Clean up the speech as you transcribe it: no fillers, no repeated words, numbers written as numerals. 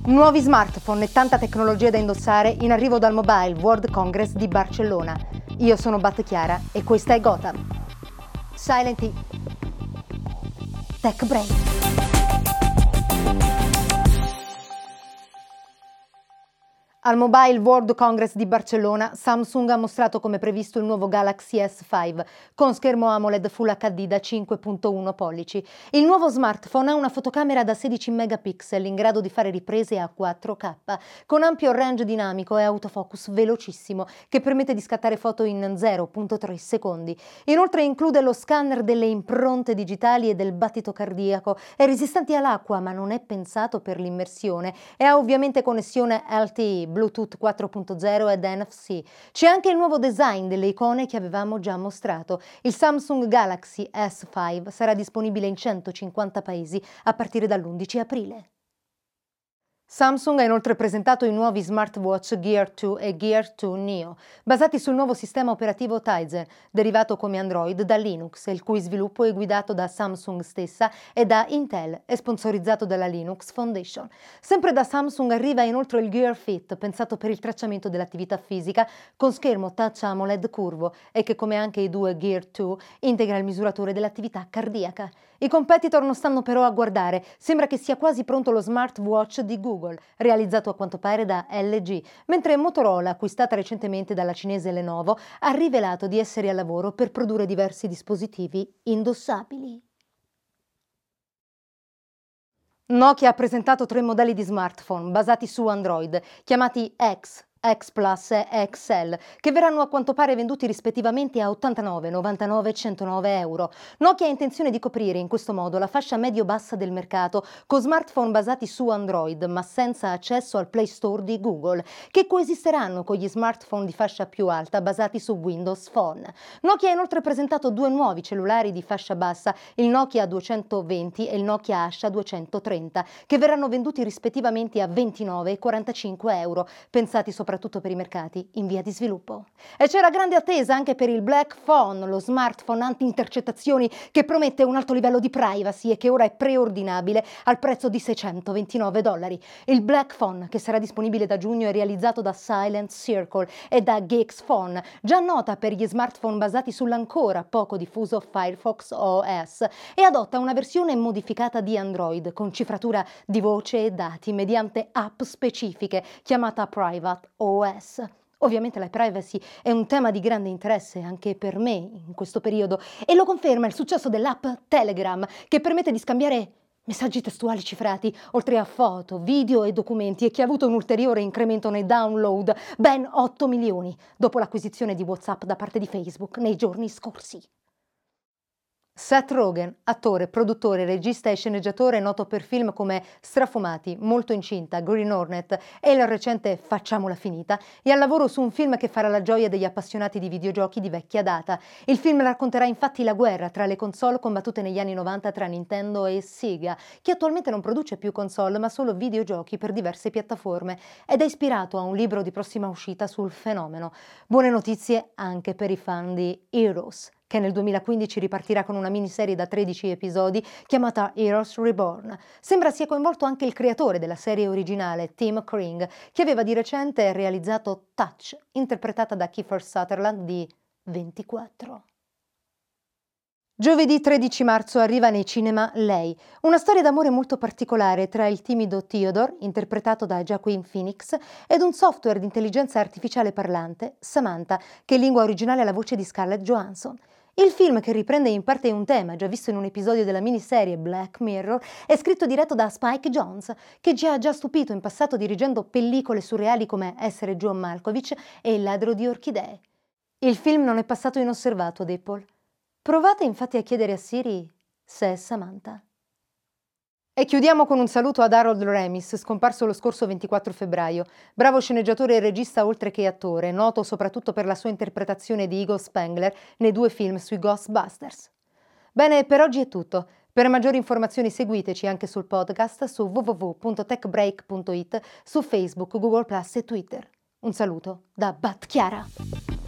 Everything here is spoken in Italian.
Nuovi smartphone e tanta tecnologia da indossare in arrivo dal Mobile World Congress di Barcellona. Io sono Bat Chiara e questa è Gotham. Silent Hill. Tech Break. Al Mobile World Congress di Barcellona, Samsung ha mostrato come previsto il nuovo Galaxy S5 con schermo AMOLED Full HD da 5.1 pollici. Il nuovo smartphone ha una fotocamera da 16 megapixel in grado di fare riprese a 4K, con ampio range dinamico e autofocus velocissimo che permette di scattare foto in 0.3 secondi. Inoltre include lo scanner delle impronte digitali e del battito cardiaco, è resistente all'acqua ma non è pensato per l'immersione e ha ovviamente connessione LTE, Bluetooth 4.0 ed NFC. C'è anche il nuovo design delle icone che avevamo già mostrato. Il Samsung Galaxy S5 sarà disponibile in 150 paesi a partire dall'11 aprile. Samsung ha inoltre presentato i nuovi smartwatch Gear 2 e Gear 2 Neo, basati sul nuovo sistema operativo Tizen, derivato come Android da Linux, il cui sviluppo è guidato da Samsung stessa e da Intel e sponsorizzato dalla Linux Foundation. Sempre da Samsung arriva inoltre il Gear Fit, pensato per il tracciamento dell'attività fisica, con schermo touch AMOLED curvo e che, come anche i due Gear 2, integra il misuratore dell'attività cardiaca. I competitor non stanno però a guardare, sembra che sia quasi pronto lo smartwatch di Google, realizzato a quanto pare da LG, mentre Motorola, acquistata recentemente dalla cinese Lenovo, ha rivelato di essere al lavoro per produrre diversi dispositivi indossabili. Nokia ha presentato 3 modelli di smartphone basati su Android, chiamati X Plus e XL, che verranno a quanto pare venduti rispettivamente a 89, 99 e 109 euro. Nokia ha intenzione di coprire in questo modo la fascia medio-bassa del mercato con smartphone basati su Android, ma senza accesso al Play Store di Google, che coesisteranno con gli smartphone di fascia più alta basati su Windows Phone. Nokia ha inoltre presentato 2 nuovi cellulari di fascia bassa, il Nokia 220 e il Nokia Asha 230, che verranno venduti rispettivamente a 29 e 45 euro, pensati soprattutto per i mercati in via di sviluppo. E c'era grande attesa anche per il Black Phone, lo smartphone anti-intercettazioni che promette un alto livello di privacy e che ora è preordinabile al prezzo di $629. Il Black Phone, che sarà disponibile da giugno, è realizzato da Silent Circle e da Geeks Phone, già nota per gli smartphone basati sull'ancora poco diffuso Firefox OS, e adotta una versione modificata di Android con cifratura di voce e dati mediante app specifiche chiamata Private OS. Ovviamente la privacy è un tema di grande interesse anche per me in questo periodo e lo conferma il successo dell'app Telegram, che permette di scambiare messaggi testuali cifrati, oltre a foto, video e documenti, e che ha avuto un ulteriore incremento nei download, ben 8 milioni, dopo l'acquisizione di WhatsApp da parte di Facebook nei giorni scorsi. Seth Rogen, attore, produttore, regista e sceneggiatore noto per film come Strafumati, Molto incinta, Green Hornet e il recente Facciamola finita, è al lavoro su un film che farà la gioia degli appassionati di videogiochi di vecchia data. Il film racconterà infatti la guerra tra le console combattute negli anni 90 tra Nintendo e Sega, che attualmente non produce più console ma solo videogiochi per diverse piattaforme, ed è ispirato a un libro di prossima uscita sul fenomeno. Buone notizie anche per i fan di Heroes, che nel 2015 ripartirà con una miniserie da 13 episodi chiamata Heroes Reborn. Sembra sia coinvolto anche il creatore della serie originale, Tim Kring, che aveva di recente realizzato Touch, interpretata da Kiefer Sutherland di 24. Giovedì 13 marzo arriva nei cinema Lei, una storia d'amore molto particolare tra il timido Theodore, interpretato da Joaquin Phoenix, ed un software di intelligenza artificiale parlante, Samantha, che in lingua originale ha la voce di Scarlett Johansson. Il film, che riprende in parte un tema già visto in un episodio della miniserie Black Mirror, è scritto e diretto da Spike Jonze, che ci ha già stupito in passato dirigendo pellicole surreali come Essere John Malkovich e Il ladro di orchidee. Il film non è passato inosservato ad Apple. Provate infatti a chiedere a Siri se è Samantha. E chiudiamo con un saluto ad Harold Ramis, scomparso lo scorso 24 febbraio. Bravo sceneggiatore e regista oltre che attore, noto soprattutto per la sua interpretazione di Eagle Spengler nei 2 film sui Ghostbusters. Bene, per oggi è tutto. Per maggiori informazioni seguiteci anche sul podcast su www.techbreak.it, su Facebook, Google Plus e Twitter. Un saluto da Bat Chiara.